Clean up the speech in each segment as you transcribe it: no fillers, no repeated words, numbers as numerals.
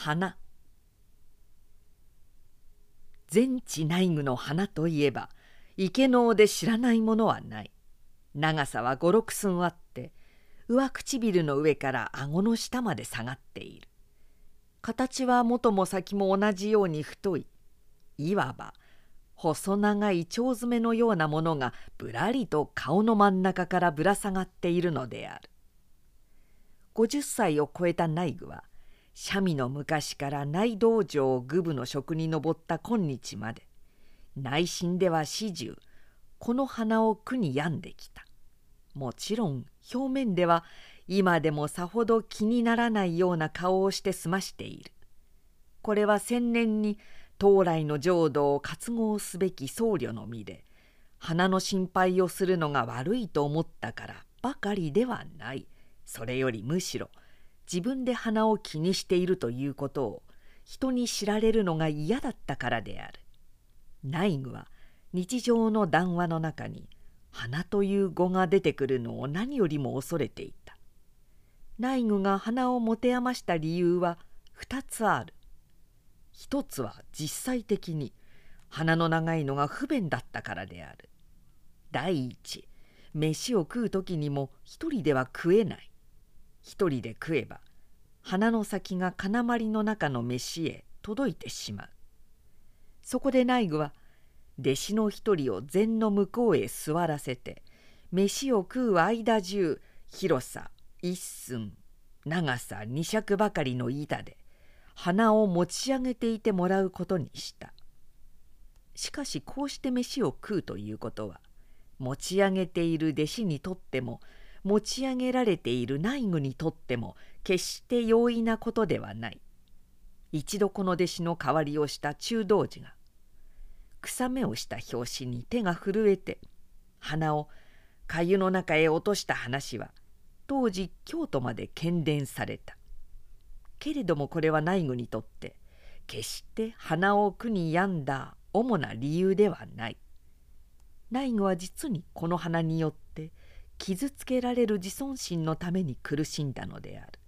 花。全地内具の花といえば池能で知らないものはない。長さは5、6寸あって、上唇の上から顎の下まで下がっている。形は元も先も同じように太い、いわば細長い蝶詰めのようなものがぶらりと顔の真ん中からぶら下がっているのである。50歳を超えた内具は、三味の昔から内道場愚部の職に上った今日まで、内心では始終この花を苦に病んできた。もちろん表面では今でもさほど気にならないような顔をして済ましている。これは先年に当来の浄土を渇望すべき僧侶の身で、花の心配をするのが悪いと思ったからばかりではない。それよりむしろ自分で花を気にしているということを人に知られるのが嫌だったからである。内具は日常の談話の中に花という語が出てくるのを何よりも恐れていた。内具が花を持て余した理由は2つある。一つは実際的に鼻の長いのが不便だったからである。第一、飯を食う時にも一人では食えない。一人で食えば鼻の先が金まりの中の飯へ届いてしまう。そこで内具は弟子の一人を禅の向こうへ座らせて、飯を食う間中広さ1寸長さ2尺ばかりの板で鼻を持ち上げていてもらうことにした。しかしこうして飯を食うということは、持ち上げている弟子にとっても持ち上げられている内具にとっても決して容易なことではない。一度この弟子の代わりをした中道寺が草目をした拍子に手が震えて鼻を粥の中へ落とした話は当時京都まで喧伝された。けれどもこれは内具にとって決して鼻を苦に病んだ主な理由ではない。内具は実にこの鼻によって傷つけられる自尊心のために苦しんだのである。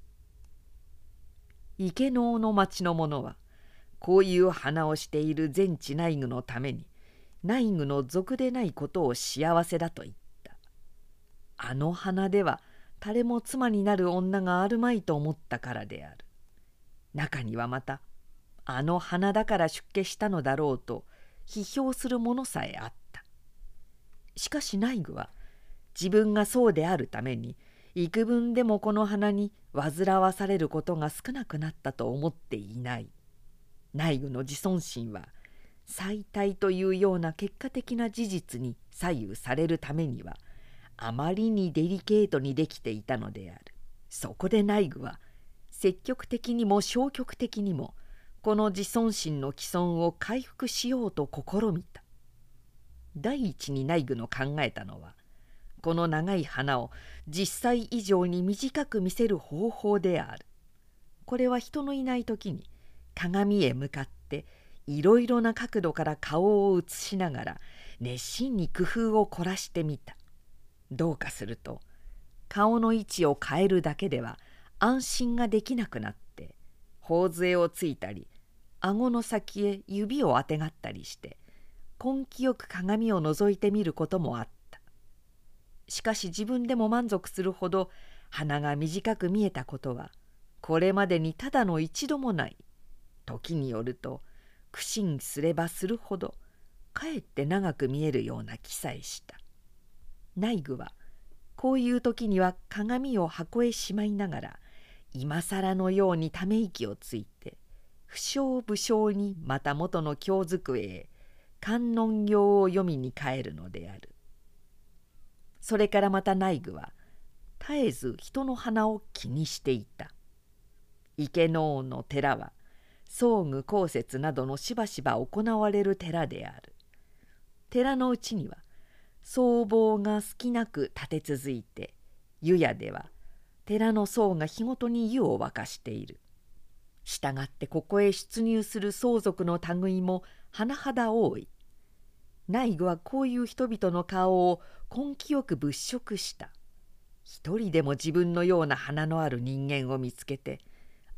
池能の町の者はこういう鼻をしている全知内具のために内具の俗でないことを幸せだと言った。あの鼻では誰も妻になる女があるまいと思ったからである。中にはまたあの鼻だから出家したのだろうと批評するものさえあった。しかし内具は自分がそうであるために幾分でもこの鼻に煩わされることが少なくなったと思っていない。内具の自尊心は妻帯というような結果的な事実に左右されるためにはあまりにデリケートにできていたのである。そこで内具は積極的にも消極的にもこの自尊心の毀損を回復しようと試みた。第一に内具の考えたのは、この長い鼻を実際以上に短く見せる方法である。これは人のいない時に鏡へ向かっていろいろな角度から顔を映しながら熱心に工夫を凝らしてみた。どうかすると顔の位置を変えるだけでは安心ができなくなって、頬杖をついたり顎の先へ指をあてがったりして根気よく鏡を覗いてみることもあった。しかし自分でも満足するほど鼻が短く見えたことはこれまでにただの一度もない。時によると苦心すればするほどかえって長く見えるような気さえした。内具はこういう時には鏡を箱へしまいながら今更のようにため息をついて不詳不詳にまた元の経机へ観音経を読みに帰るのである。それからまた内具は絶えず人の鼻を気にしていた。池能の寺は葬具公設などのしばしば行われる寺である。寺のうちには僧坊が隙なく立て続いて、湯屋では寺の僧が日ごとに湯を沸かしている。したがってここへ出入する相続の類も甚だ多い。内具はこういう人々の顔を根気よく物色した。一人でも自分のような鼻のある人間を見つけて、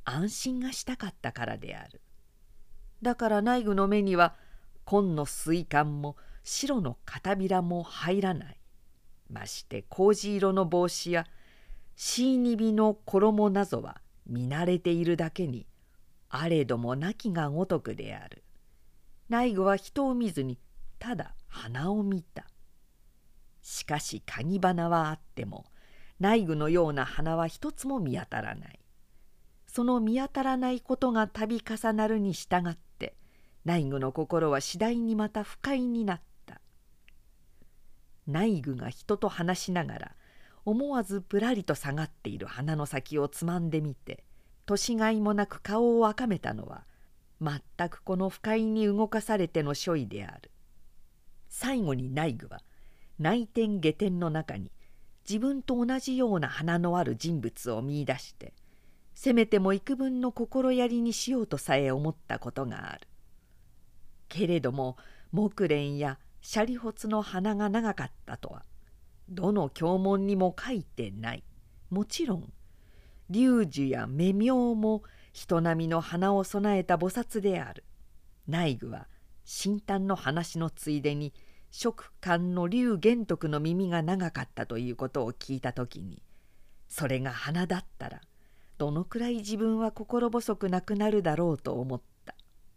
安心がしたかったからである。だから内具の目には紺の水管も白の片びらも入らない。まして麹色の帽子やシーニビの衣なぞは見慣れているだけにあれどもなきがごとくである。内具は人を見ずにただ花を見た。しかし鍵花はあっても内具のような花は一つも見当たらない。その見当たらないことが度重なるに従って内具の心は次第にまた不快になった。内具が人と話しながら思わずぶらりと下がっている鼻の先をつまんでみて年がいもなく顔を赤めたのは全くこの不快に動かされての所以である。最後に内具は内天下天の中に自分と同じような鼻のある人物を見出してせめても幾分の心やりにしようとさえ思ったことがある。けれども木蓮や斜里髪の鼻が長かったとはどの経文にも書いてない。もちろん龍樹や目明も人並みの鼻を備えた菩薩である。内具は新丹の話のついでに蜀漢の龍玄徳の耳が長かったということを聞いた時にそれが鼻だったらどのくらい自分は心細くなくなるだろうと思った。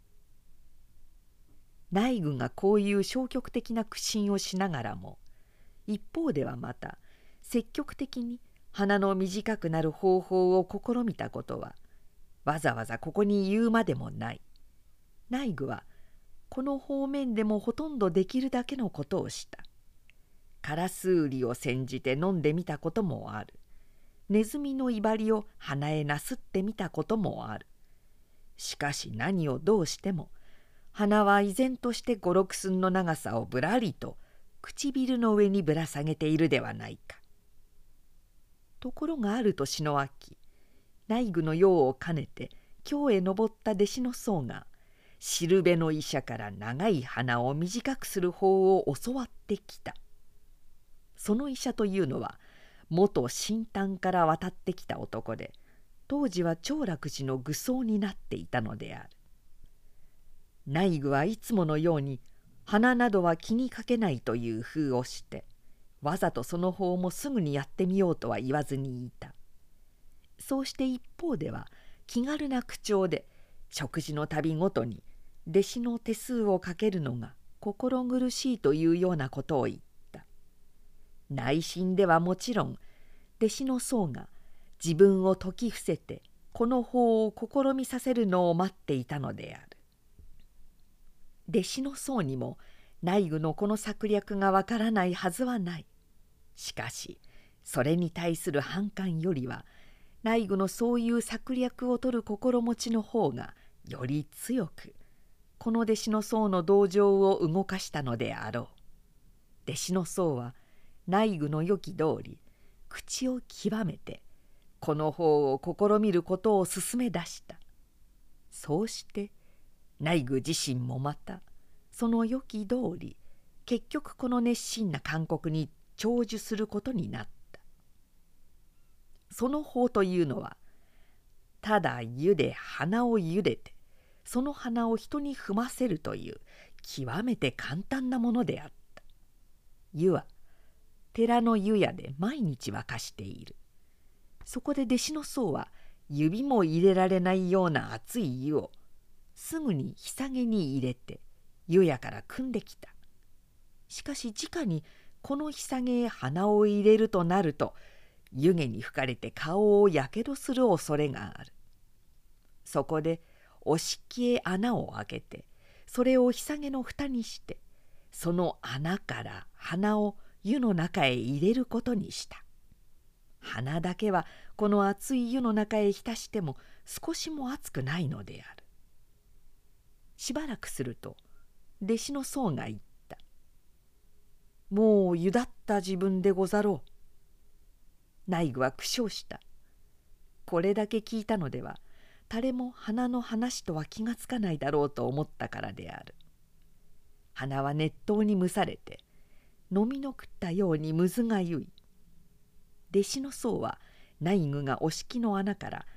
内具がこういう消極的な苦心をしながらも一方ではまた積極的に鼻の短くなる方法を試みたことはわざわざここに言うまでもない。内具はこの方面でもほとんどできるだけのことをした。カラスウリを煎じて飲んでみたこともある。ネズミの威張りを鼻へなすってみたこともある。しかし何をどうしても鼻は依然として五六寸の長さをぶらりと唇の上にぶら下げているではないか。ところがある年の秋、内具の用を兼ねて京へ登った弟子の僧がしるべの医者から長い鼻を短くする法を教わってきた。その医者というのは元新丹から渡ってきた男で当時は長楽寺の愚僧になっていたのである。内具はいつものように鼻などは気にかけないという風をしてわざとその方もすぐにやってみようとは言わずにいた。そうして一方では気軽な口調で食事の度ごとに弟子の手数をかけるのが心苦しいというようなことを言った。内心ではもちろん弟子の僧が自分を説き伏せてこの法を試みさせるのを待っていたのである。弟子の僧にも内具のこの策略がわからないはずはない。しかしそれに対する反感よりは内具のそういう策略を取る心持ちの方がより強くこの弟子の僧の同情を動かしたのであろう。弟子の僧は内具の良き通り口を極めてこの方を試みることを勧め出した。そうして内具自身もまたその良き通り結局この熱心な勧告に長寿することになった。その法というのはただ湯で鼻を茹でてその鼻を人に踏ませるという極めて簡単なものであった。湯は寺の湯屋で毎日沸かしている。そこで弟子の僧は指も入れられないような熱い湯をすぐにひさげに入れて湯屋から汲んできた。しかし直にこのひさげへ鼻を入れるとなると湯気に吹かれて顔をやけどする恐れがある。そこでお敷へ穴を開けてそれをひさげの蓋にしてその穴から鼻を湯の中へ入れることにした。鼻だけはこの熱い湯の中へ浸しても少しも熱くないのである。しばらくすると弟子の僧が言った。もう湯だった自分でござろう。内具は苦笑した。これだけ聞いたのでは誰も鼻の話とは気がつかないだろうと思ったからである。鼻は熱湯に蒸されて飲みの食ったようにむずがゆい。弟子の僧は内具がお敷の穴から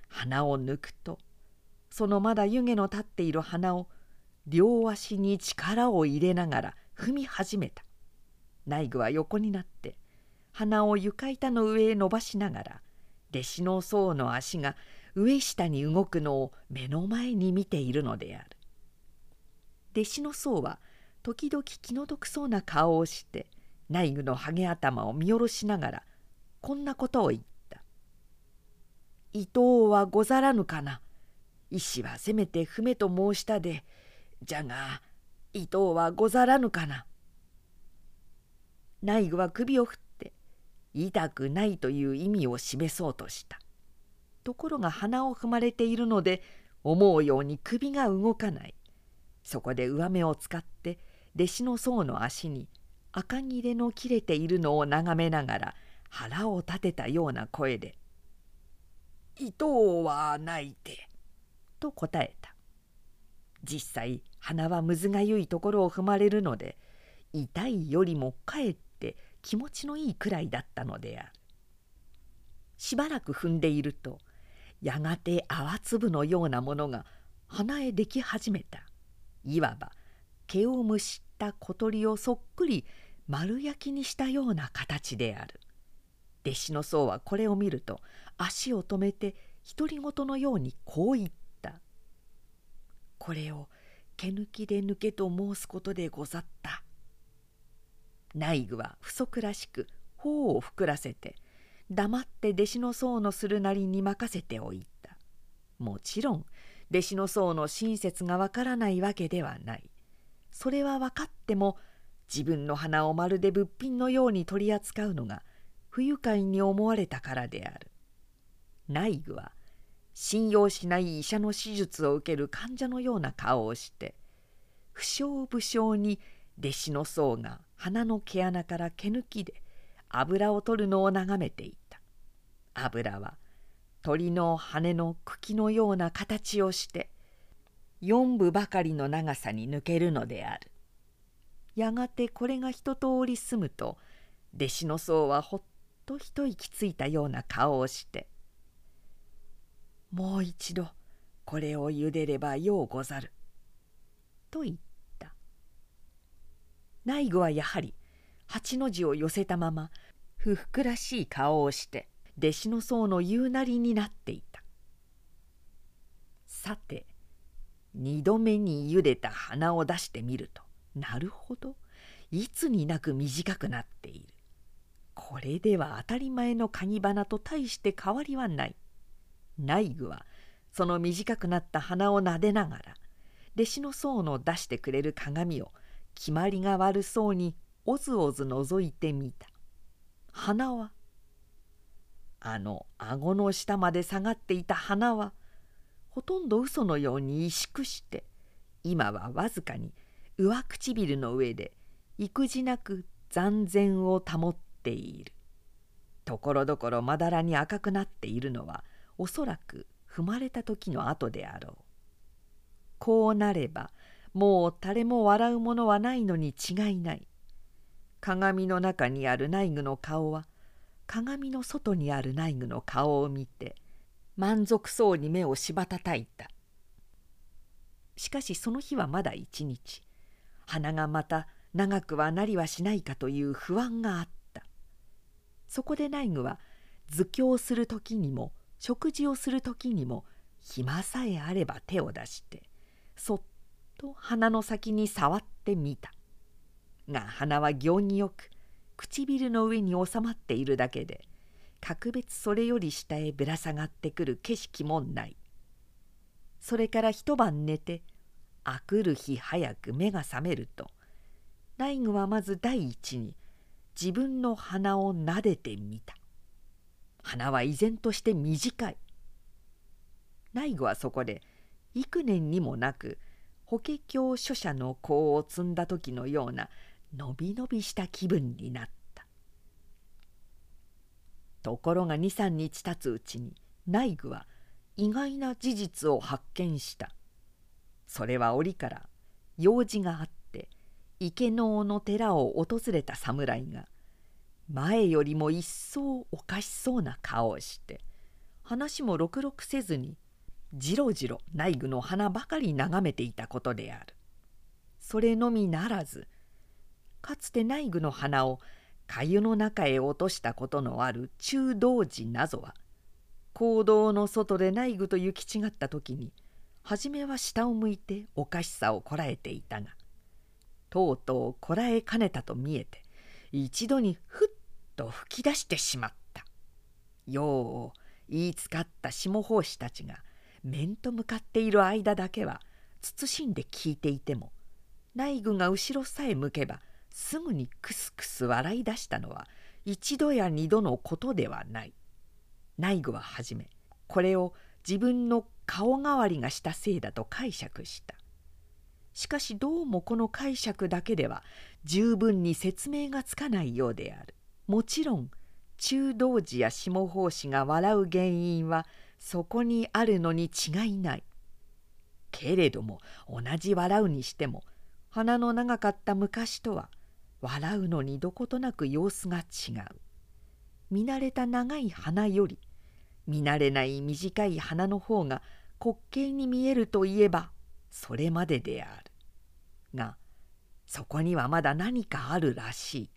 鼻を抜くと、そのまだ湯気の立っている鼻を両足に力を入れながら踏み始めた。内具は横になって鼻を床板の上へ伸ばしながら、弟子の僧の足が上下に動くのを目の前に見ているのである。弟子の僧は時々気の毒そうな顔をして内具のハゲ頭を見下ろしながらこんなことを言った。伊藤はござらぬかな。医師はせめて踏めと申したで、じゃが伊藤はござらぬかな。内具は首を振って痛くないという意味を示そうとした。ところが鼻を踏まれているので思うように首が動かない。そこで上目を使って弟子の僧の足に赤切れの切れているのを眺めながら腹を立てたような声で「伊藤はないて」と答えた。実際鼻はむずがゆいところを踏まれるので痛いよりもかえって気持ちのいいくらいだったのである。しばらく踏んでいるとやがて泡粒のようなものが鼻へでき始めた。いわば毛をむしった小鳥をそっくり丸焼きにしたような形である。弟子の僧はこれを見ると足を止めて独り言のようにこう言った。これを毛抜きで抜けと申すことでござった。内具は不足らしく頬を膨らせて黙って弟子の僧のするなりに任せておいた。もちろん弟子の僧の親切がわからないわけではない。それは分かっても自分の鼻をまるで物品のように取り扱うのが不愉快に思われたからである。内具は信用しない医者の手術を受ける患者のような顔をして不詳不詳に弟子の僧が鼻の毛穴から毛抜きで油を取るのを眺めていた。油は鳥の羽の茎のような形をして4分ばかりの長さに抜けるのである。やがてこれが一通り済むと弟子の僧はほっと一息ついたような顔をして「もう一度これを茹でればようござる」と言った。内具はやはり八の字を寄せたまま不服らしい顔をして弟子の僧の言うなりになっていた。さて2度目に茹でた鼻を出してみるとなるほどいつになく短くなっている。これでは当たり前の鍵鼻と大して変わりはない。内具はその短くなった鼻をなでながら弟子の僧の出してくれる鏡を決まりが悪そうにおずおず覗いてみた。鼻は顎の下まで下がっていた鼻はほとんど嘘のように萎縮して今はわずかに上唇の上で育児なく残然を保っている。ところどころまだらに赤くなっているのはおそらく踏まれた時の跡であろう。こうなればもう誰も笑うものはないのに違いない。鏡の中にある内具の顔は鏡の外にある内具の顔を見て満足そうに目をしばたたいた。しかしその日はまだ一日、鼻がまた長くはなりはしないかという不安があった。そこで内具は図教する時にも食事をする時にも暇さえあれば手を出してそっと鼻の先に触ってみた。が鼻は行儀よく唇の上に収まっているだけで格別それより下へぶら下がってくる景色もない。それから一晩寝てあくる日早く目が覚めると内具はまず第一に自分の鼻をなでてみた。鼻は依然として短い。内具はそこで幾年にもなく法華経書者の子を摘んだ時のようなのびのびした気分になった。ところが2、3日経つうちに内具は意外な事実を発見した。それは折から用事があって池能の寺を訪れた侍が前よりも一層おかしそうな顔をして話もろくろくせずにじろじろ内具の花ばかり眺めていたことである。それのみならず、かつて内具の花を粥の中へ落としたことのある中道寺なぞは、講堂の外で内具と行き違った時に初めは下を向いておかしさをこらえていたが、とうとうこらえかねたと見えて一度にふっと吹き出してしまった。よう言いつかった下法師たちが面と向かっている間だけは慎んで聞いていても、内具が後ろさえ向けばすぐにクスクス笑い出したのは一度や二度のことではない。内具ははじめこれを自分の顔代わりがしたせいだと解釈した。しかしどうもこの解釈だけでは十分に説明がつかないようである。もちろん中道寺や下法師が笑う原因はそこにあるのに違いない。けれども同じ笑うにしても鼻の長かった昔とは笑うのにどことなく様子が違う。見慣れた長い鼻より見慣れない短い鼻の方が滑稽に見えるといえばそれまでである。がそこにはまだ何かあるらしい。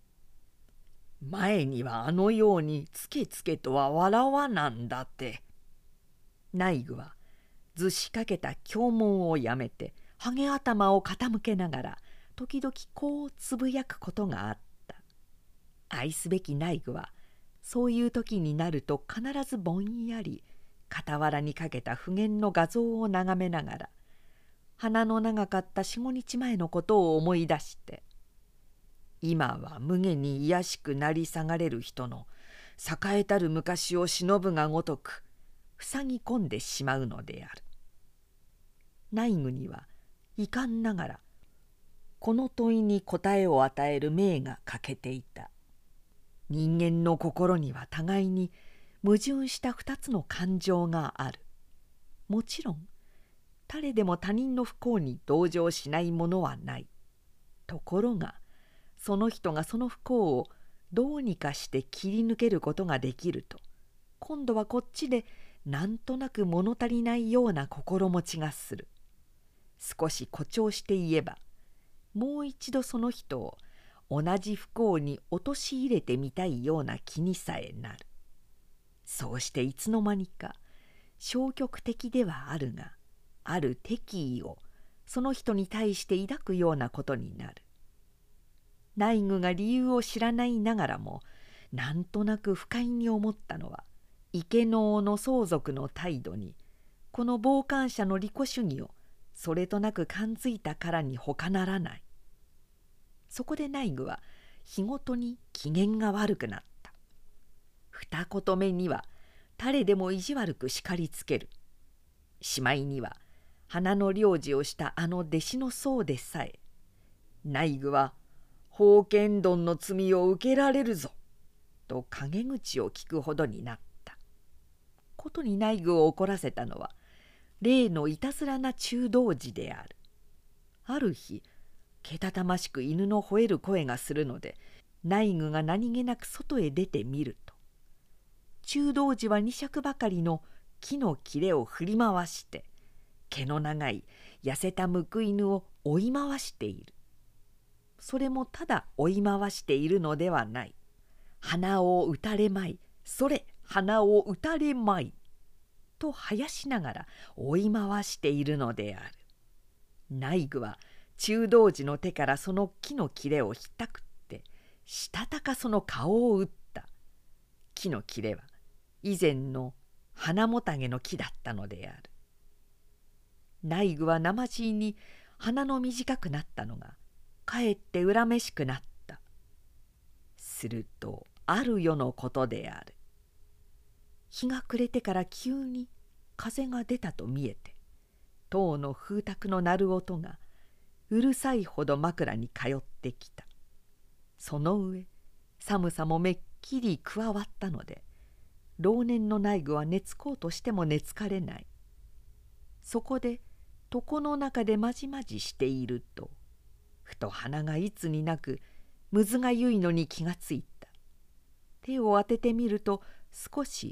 前にはあのようにつけつけとは笑わなんだって。内具はずしかけた経文をやめてハゲ頭を傾けながら時々こうつぶやくことがあった。愛すべき内具はそういう時になると必ずぼんやり傍らにかけた普賢の画像を眺めながら鼻の長かった4、5日前のことを思い出して、今は無下に卑しくなり下がれる人の栄えたる昔を忍ぶがごとく塞ぎ込んでしまうのである。内具には遺憾ながらこの問いに答えを与える命が欠けていた。人間の心には互いに矛盾した2つの感情がある。もちろん誰でも他人の不幸に同情しないものはない。ところがその人がその不幸をどうにかして切り抜けることができると、今度はこっちでなんとなく物足りないような心持ちがする。少し誇張して言えば、もう一度その人を同じ不幸に陥れてみたいような気にさえなる。そうしていつの間にか消極的ではあるが、ある敵意をその人に対して抱くようなことになる。内具が理由を知らないながらもなんとなく不快に思ったのは、池能の相続の態度にこの傍観者の利己主義をそれとなく感づいたからに他ならない。そこで内具は日ごとに機嫌が悪くなった。二言目には誰でも意地悪く叱りつける。しまいには花の領事をしたあの弟子の僧でさえ、内具は宝剣丼の罪を受けられるぞと陰口を聞くほどになった。ことに内具を怒らせたのは例のいたずらな中道寺である。ある日けたたましく犬の吠える声がするので、内具が何気なく外へ出てみると、中道寺は2尺ばかりの木の切れを振り回して毛の長い痩せたむく犬を追い回している。それもただ追い回しているのではない。鼻を打たれまい、それ鼻を打たれまいとはやしながら追い回しているのである。内具は中道寺の手からその木の切れをひったくってしたたかその顔を打った。木の切れは以前の花もたげの木だったのである。内具はなまじいに鼻の短くなったのがかえって恨めしくなった。するとある夜のことである。日が暮れてから急に風が出たと見えて、塔の風卓の鳴る音がうるさいほど枕に通ってきた。その上寒さもめっきり加わったので、老年の内具は寝つこうとしても寝つかれない。そこで床の中でまじまじしていると、ふと鼻がいつになくむずがゆいのに気がついた。手を当ててみると少し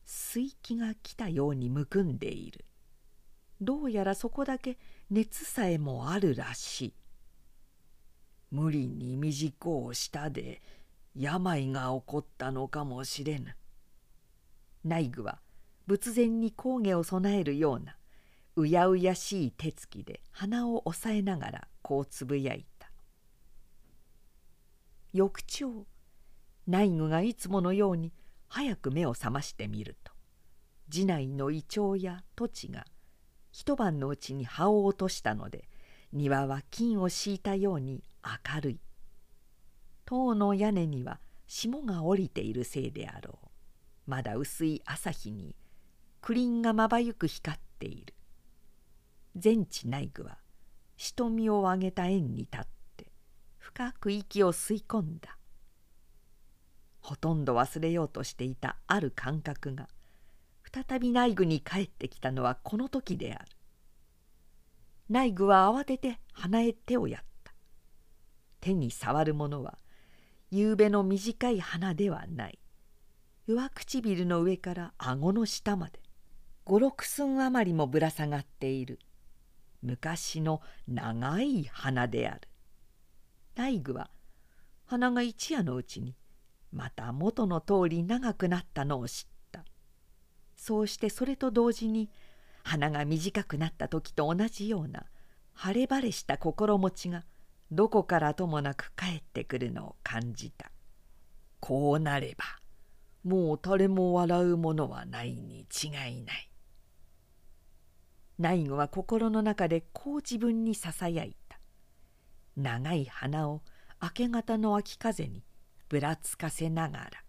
水気が来たようにむくんでいる。どうやらそこだけ熱さえもあるらしい。無理に短をしたで病が起こったのかもしれぬ。内具は仏前に講義を備えるようなうやうやしい手つきで鼻を押さえながらこうつぶやいた。翌朝、内具がいつものように早く目を覚ましてみると、寺内のイチョウやトチが一晩のうちに葉を落としたので、庭は金を敷いたように明るい。塔の屋根には霜が降りているせいであろう。まだ薄い朝日にクリンがまばゆく光っている。全知内具は瞳を上げた円に立って深く息を吸い込んだ。ほとんど忘れようとしていたある感覚が再び内具に帰ってきたのはこの時である。内具は慌てて鼻へ手をやった。手に触るものは夕べの短い花ではない。上唇の上から顎の下まで5、6寸余りもぶら下がっている昔の長い花である。内具は鼻が一夜のうちにまた元の通り長くなったのを知った。そうしてそれと同時に鼻が短くなった時と同じような晴れ晴れした心持ちがどこからともなく帰ってくるのを感じた。こうなればもう誰も笑うものはないに違いない。内具は心の中でこう自分にささやいた。長い鼻を明け方の秋風にぶらつかせながら。